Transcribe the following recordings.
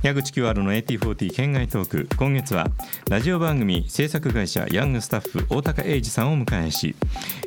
矢口清春の AT40 県外トーク。今月はラジオ番組制作会社ヤングスタッフ大高英二さんをお迎えし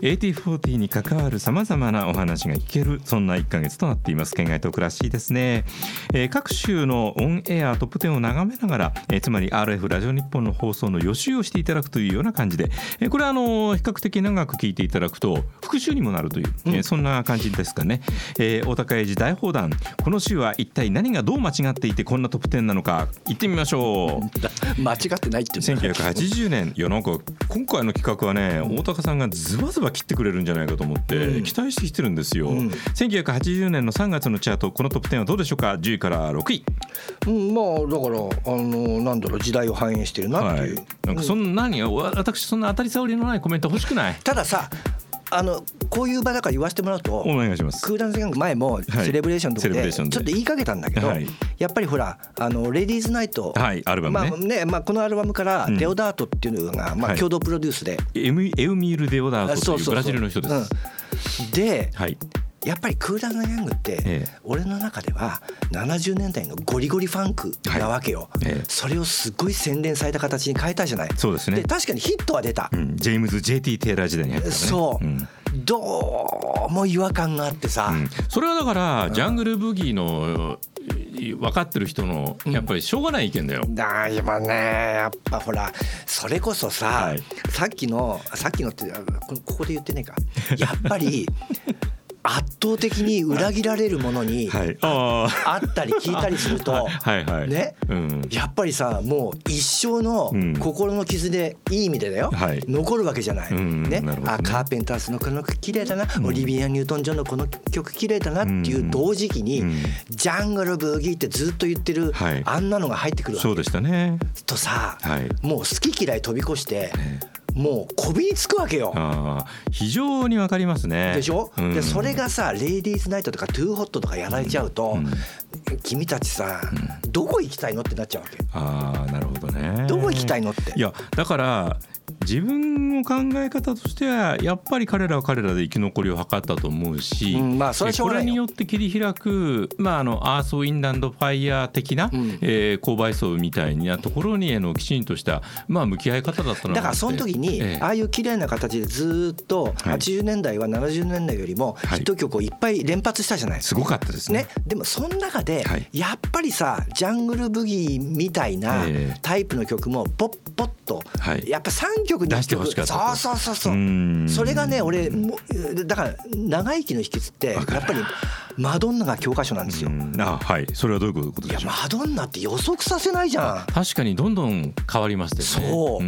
AT40 に関わるさまざまなお話が聞ける、そんな1ヶ月となっています。県外トークらしいですね。各週のオンエアトップ10を眺めながら、つまり RF ラジオ日本の放送の予習をしていただくというような感じで、これは比較的長く聞いていただくと復習にもなるという、そんな感じですかね。大高英二大砲弾、この週は一体何がどう間違っていてこんなトップ10なのか行ってみましょう。間違ってないって 1980年いやなんか今回の企画はね、大高さんがズバズバ切ってくれるんじゃないかと思って期待してきてるんですよ。1980年の3月のチャート、このトップ10はどうでしょうか。10位から6位。 まあだからなんだろう、時代を反映してるなっていう、 なんかそんな私そんな当たり障りのないコメント欲しくない。 たださ、こういう場だから言わせてもらうと、 お願いします。 クーランズギャング前もセレブレーションとかでちょっと言いかけたんだけど、やっぱりほらレディーズナイト、 アルバムね、 このアルバムからデオダートっていうのが共同プロデュースで、 エウミール・デオダートというブラジルの人です。 でやっぱりクーランズギャングって俺の中では70年代のゴリゴリファンクなわけよ。それをすごい洗練された形に変えたじゃない。 そうですね。 で確かにヒットは出た、 ジェームズ JT テイラー時代に入ったからね。 そう、どうも違和感があってさ、 それはだからジャングルブギーの分かってる人のやっぱりしょうがない意見だよ。 今ね、やっぱほらそれこそさ、さっきのってここで言ってねえかやっぱり圧倒的に裏切られるものにあったり聞いたりするとね、やっぱりさもう一生の心の傷でいい意味でだよ、残るわけじゃないね。カーペンターズのこの曲綺麗だな、オリビア・ニュートン・ジョンのこの曲綺麗だなっていう同時期にジャングルブギーってずっと言ってるあんなのが入ってくるわけ。 そうでしたね。 とさ、もう好き嫌い飛び越してもうこびりつくわけよ。 非常にわかりますね。 でしょ、でそれがさレイディーズナイトとかトゥーホットとかやられちゃうと、君たちさ、どこ行きたいのってなっちゃうわけ。 なるほどね。 どこ行きたいのって。 いやだから自分の考え方としてはやっぱり彼らは彼らで生き残りを図ったと思うし、これによって切り開く、アース・ウィンド・アンド・ファイヤー的な、購買層みたいなところにきちんとした、向き合い方だったの。 だからその時に、ああいう綺麗な形でずっと80年代は70年代よりもヒット曲をいっぱい連発したじゃない。 すごかったですね。 でもその中でやっぱりさジャングルブギーみたいなタイプの曲もポッポッとやっぱ3曲に1曲出してほしかった。そうそれがね、俺だから長生きの秘訣ってやっぱりマドンナが教科書なんですよ。 それはどういうことでしょう。 いやマドンナって予測させないじゃん。 確かにどんどん変わりましたよね。 そう、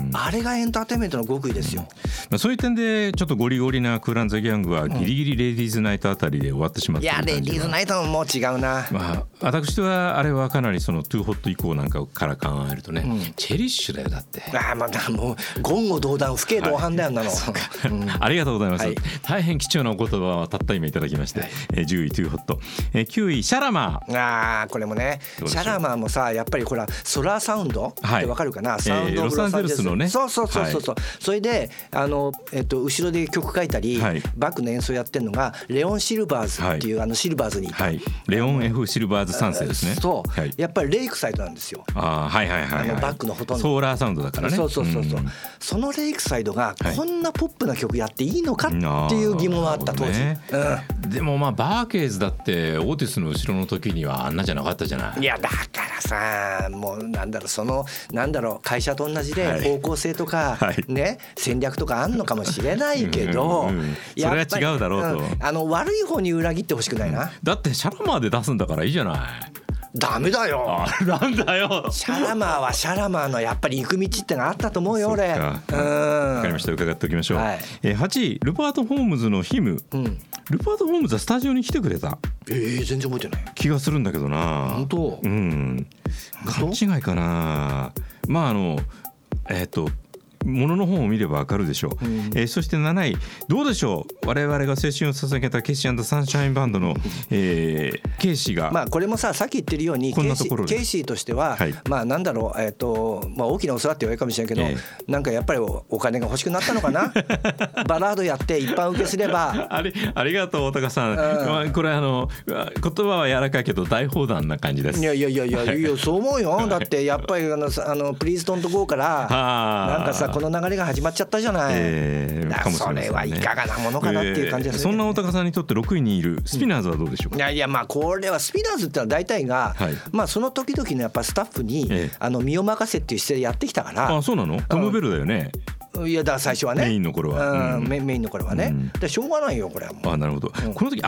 あれがエンターテインメントの極意ですよ。 そういう点でちょっとゴリゴリなクーランザギャングはギリギリレディーズナイトあたりで終わってしまった。 いやレディーズナイトももう違うな。 私はあれはかなりそのトゥーホット以降なんかから考えるとね、チェリッシュだよ。だってもう言語道断不敬同伴だよなの。 ありがとうございます。大変貴重なお言葉をたった今いただきまして、10位トゥーホット、9位シャラマー。 これもねシャラマーもさやっぱりほらソラーサウンドってわかるかな、サウンドオブロサンゼルスのね。そうそれで後ろで曲書いたり、バックの演奏やってるのがレオン・シルバーズっていう、シルバーズにいた、 レオン F シルバーズ3世ですね。 そう、やっぱりレイクサイドなんですよ。バックのほとんどソーラーサウンドだからね。 そのレイクサイドがこんなポップな曲やっていいのかっていう疑問はあった当時。 でもバーケーズだってオーティスの後ろの時にはあんなじゃなかったじゃない。 いやだからさ、もう会社と同じで方向性とかね戦略とかあんのかもしれないけど、 それは違うだろうと、 悪い方に裏切ってほしくないな。 だってシャラマーで出すんだからいいじゃない。 ダメだよ。 なんだよ。 シャラマーはシャラマーのやっぱり行く道ってのあったと思うよ俺。 わかりました、伺っておきましょう。8位ルパート・ホームズのヒム。ルパート・ホームズはスタジオに来てくれた。 全然覚えてない気がするんだけどな。 本当？ 勘違いかな。 ものの本を見ればわかるでしょう、そして7位どうでしょう、我々が青春を捧げたケイシー&サンシャインバンドの、ケイシーが、 まあこれもさっき言ってるようにケイシーとしては、まあなんだろう、まあ大きなお世話って言われるかもしれないけど、なんかやっぱりお金が欲しくなったのかなバラードやって一般受けすればありがとう大高さん、これ言葉は柔らかいけど大砲弾な感じです。 いやそう思うよだってやっぱりプリーズドントゴーからなんかさこの流れが始まっちゃったじゃない、それはいかがなものかなっていう感じですね。 そんな大高さんにとって6位にいるスピナーズはどうでしょうか。 いやまあこれはスピナーズってのは大体が、まあその時々のやっぱスタッフに、身を任せっていう姿勢でやってきたから。 あ、そうなの。トム・ベルだよね。 いやだから最初はねメインの頃は、 メインの頃はね、でしょうがないよこれはもう。 あ、なるほど、この時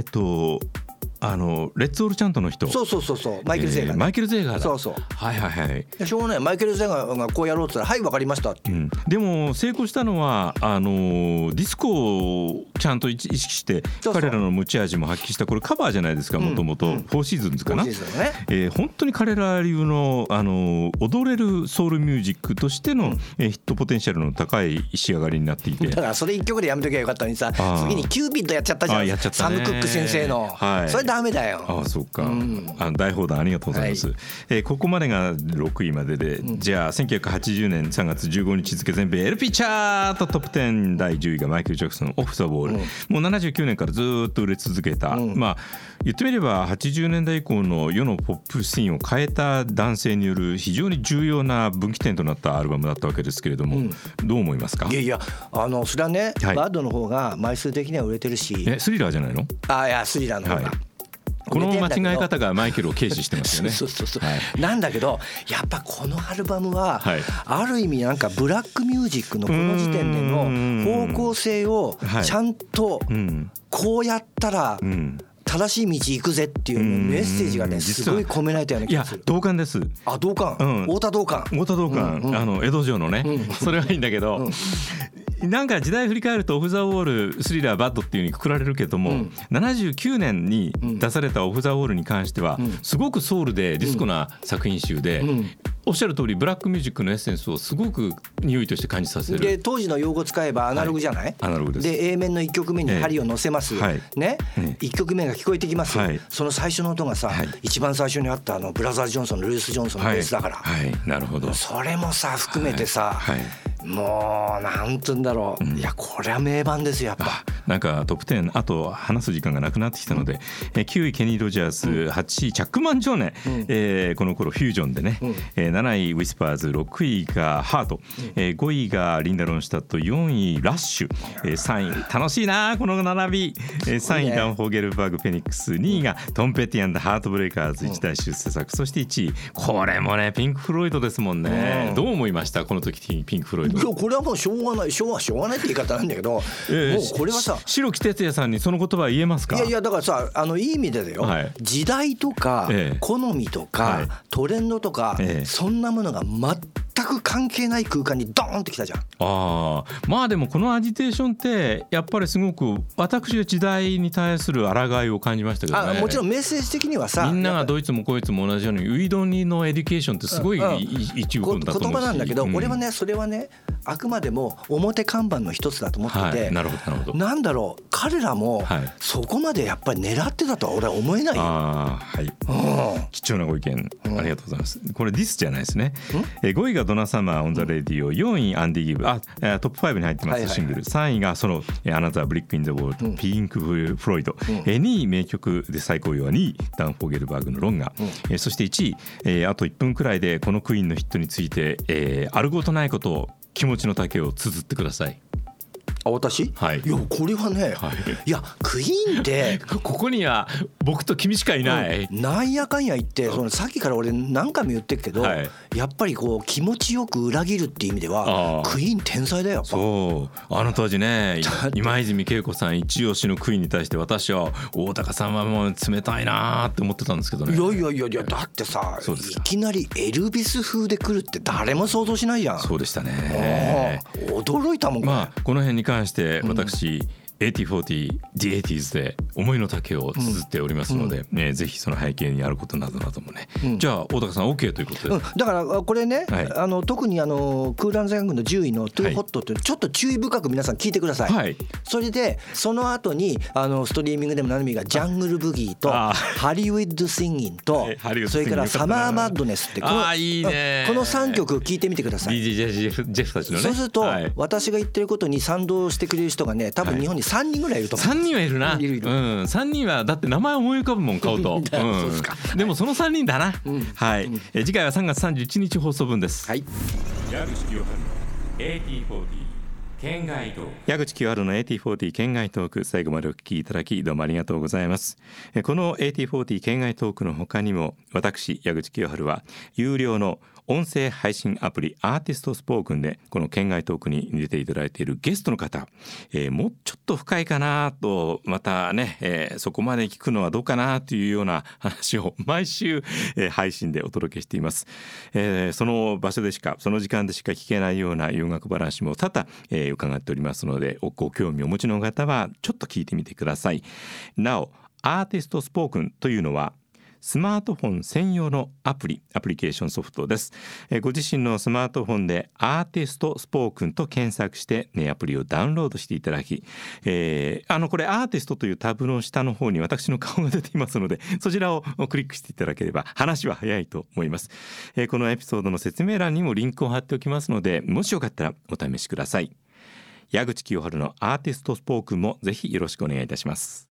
レッツオールチャントの人、 そうマイケル・ゼーガー、 マイケル・ゼーガーだ、 そうはいしょうがない、マイケル・ゼーガーがこうやろうって言ったらはい分かりましたって、 でも成功したのはディスコをちゃんと意識して彼らの持ち味も発揮した、これカバーじゃないですか、もともとフォーシーズンズかな、本当に彼ら流の踊れるソウルミュージックとしてのヒットポテンシャルの高い仕上がりになっていて、 だからそれ一曲でやめときゃよかったのにさ、次にキューピッドやっちゃったじゃん、サム・クック先生の、それダメだよ。 あ、そうか、大砲弾ありがとうございます、ここまでが6位までで、じゃあ1980年3月15日付全米 LP チャートトップ10第10位がマイケル・ジャクソンオフ・ザ・ウォール、もう79年からずっと売れ続けた、まあ言ってみれば80年代以降の世のポップシーンを変えた男性による非常に重要な分岐点となったアルバムだったわけですけれども、どう思いますか。 いやそれはね、バッドの方が枚数的には売れてるし、 スリラーじゃないの。 いやスリラーの方が、 この間違え方がマイケルを軽視してますよねそう、なんだけどやっぱこのアルバムは、ある意味なんかブラックミュージックのこの時点での方向性をちゃんとこうやったら正しい道行くぜっていうメッセージがねすごい込められたような気がする。 いや同感です。 同感、太田同感、 江戸城のね、それはいいんだけど、なんか時代振り返るとオフ・ザ・ウォール、スリラー、バッドっていう風にくくられるけども、79年に出されたオフ・ザ・ウォールに関してはすごくソウルでディスコな作品集で、おっしゃる通りブラックミュージックのエッセンスをすごく匂いとして感じさせる。 で当時の用語使えばアナログじゃない、 アナログです。 で A 面の1曲目に針を乗せます、ね、1曲目が聞こえてきます、その最初の音がさ、一番最初にあったブラザー・ジョンソンのルース・ジョンソンのベースだから、 なるほど。 それもさ含めてさ、もうなんつうんだろう、いやこれは名盤ですよやっぱ。 なんかトップ10あと話す時間がなくなってきたので、9位ケニー・ロジャース、8位チャックマン・ジョネ、この頃フュージョンでね、7位ウィスパーズ、6位がハート、5位がリンダ・ロンシュタット、4位ラッシュ、3位楽しいなこの並び、3位ダン・フォーゲルバーグ・フェニックス、2位がトンペティ&ハートブレイカーズ一大出世作、そして1位これもねピンク・フロイドですもんね、どう思いましたこの時ピンク・フロイド。 これはもうしょうがないしょうがないって言い方なんだけど、もうこれはさ白木哲也さんにその言葉は言えますか。 いやだからさいい意味でだよ、時代とか、好みとか、トレンドとか、そんなものが全く関係ない空間にドーンってきたじゃん。 まあでもこのアジテーションってやっぱりすごく私は時代に対する抗いを感じましたけどね。 もちろんメッセージ的にはさ、 みんながどいつもこいつも同じようにウィドニーのエデュケーションってすごい一部分だと思うし、 言葉なんだけど、俺はねそれはねあくまでも表看板の一つだと思ってて、 なるほどなるほど。 なんだろう彼らもそこまでやっぱり狙ってたとは俺は思えないよ。貴重なご意見ありがとうございます。これディスじゃないですね。5位がドナサマーオンザレディオ、4位アンディギブ、トップ5に入ってますシングル、3位がそのアナザーブリックインザウォール、ピンクフロイド、2位名曲で最高位は2位ダン・フォーゲルバーグのロンガ、そして1位、あと1分くらいでこのクイーンのヒットについて、あることないことを気持ちの丈を綴ってください。 私、いやこれはね、いやクイーンってここには僕と君しかいない、 なんやかんや言ってさっきから俺何回も言ってるけど、やっぱりこう気持ちよく裏切るっていう意味ではクイーン天才だよ。 そう当時ね今泉恵子さん一押しのクイーンに対して私は大高さんはもう冷たいなって思ってたんですけどね。 いやだってさいきなりエルビス風で来るって誰も想像しないじゃん。 そうでしたね。 驚いたもん。 この辺に関して私、8040 The 80sで思いの丈を綴っておりますので、ぜひその背景にあることなどもね、 じゃあ大高さん OK ということで、 だからこれね、特にクーランザヤングの10位のトゥーホットってちょっと注意深く皆さん聞いてください。それでその後にストリーミングでも何でもいいがジャングルブギーとハリウッドシンギンとそれからサマーマッドネスってこの3曲聞いてみてください。 DJ ジェフたちのね。 そうすると私が言ってることに賛同してくれる人がね、多分日本に3人ぐらいいると思う。 3人はいるな。3人はだって名前思い浮かぶもん、顔とでもその3人だな。次回は3月31日放送分です。矢口清春の AT40 県外トーク。矢口清春の AT40 県外トーク、最後までお聞きいただきどうもありがとうございます。この AT40 県外トークの他にも、私矢口清春は有料の音声配信アプリアーティストスポークンでこの県外トークに出ていただいているゲストの方、もうちょっと深いかなと、またね、そこまで聞くのはどうかなというような話を毎週、配信でお届けしています。その場所でしか、その時間でしか聞けないような洋楽話も多々、伺っておりますので、ご興味をお持ちの方はちょっと聞いてみてください。なお、アーティストスポークンというのはスマートフォン専用のアプリケーションソフトです。ご自身のスマートフォンでアーティストスポークンと検索して、アプリをダウンロードしていただき、これアーティストというタブの下の方に私の顔が出ていますので、そちらをクリックしていただければ話は早いと思います。このエピソードの説明欄にもリンクを貼っておきますので、もしよかったらお試しください。矢口清春のアーティストスポークンもぜひよろしくお願いいたします。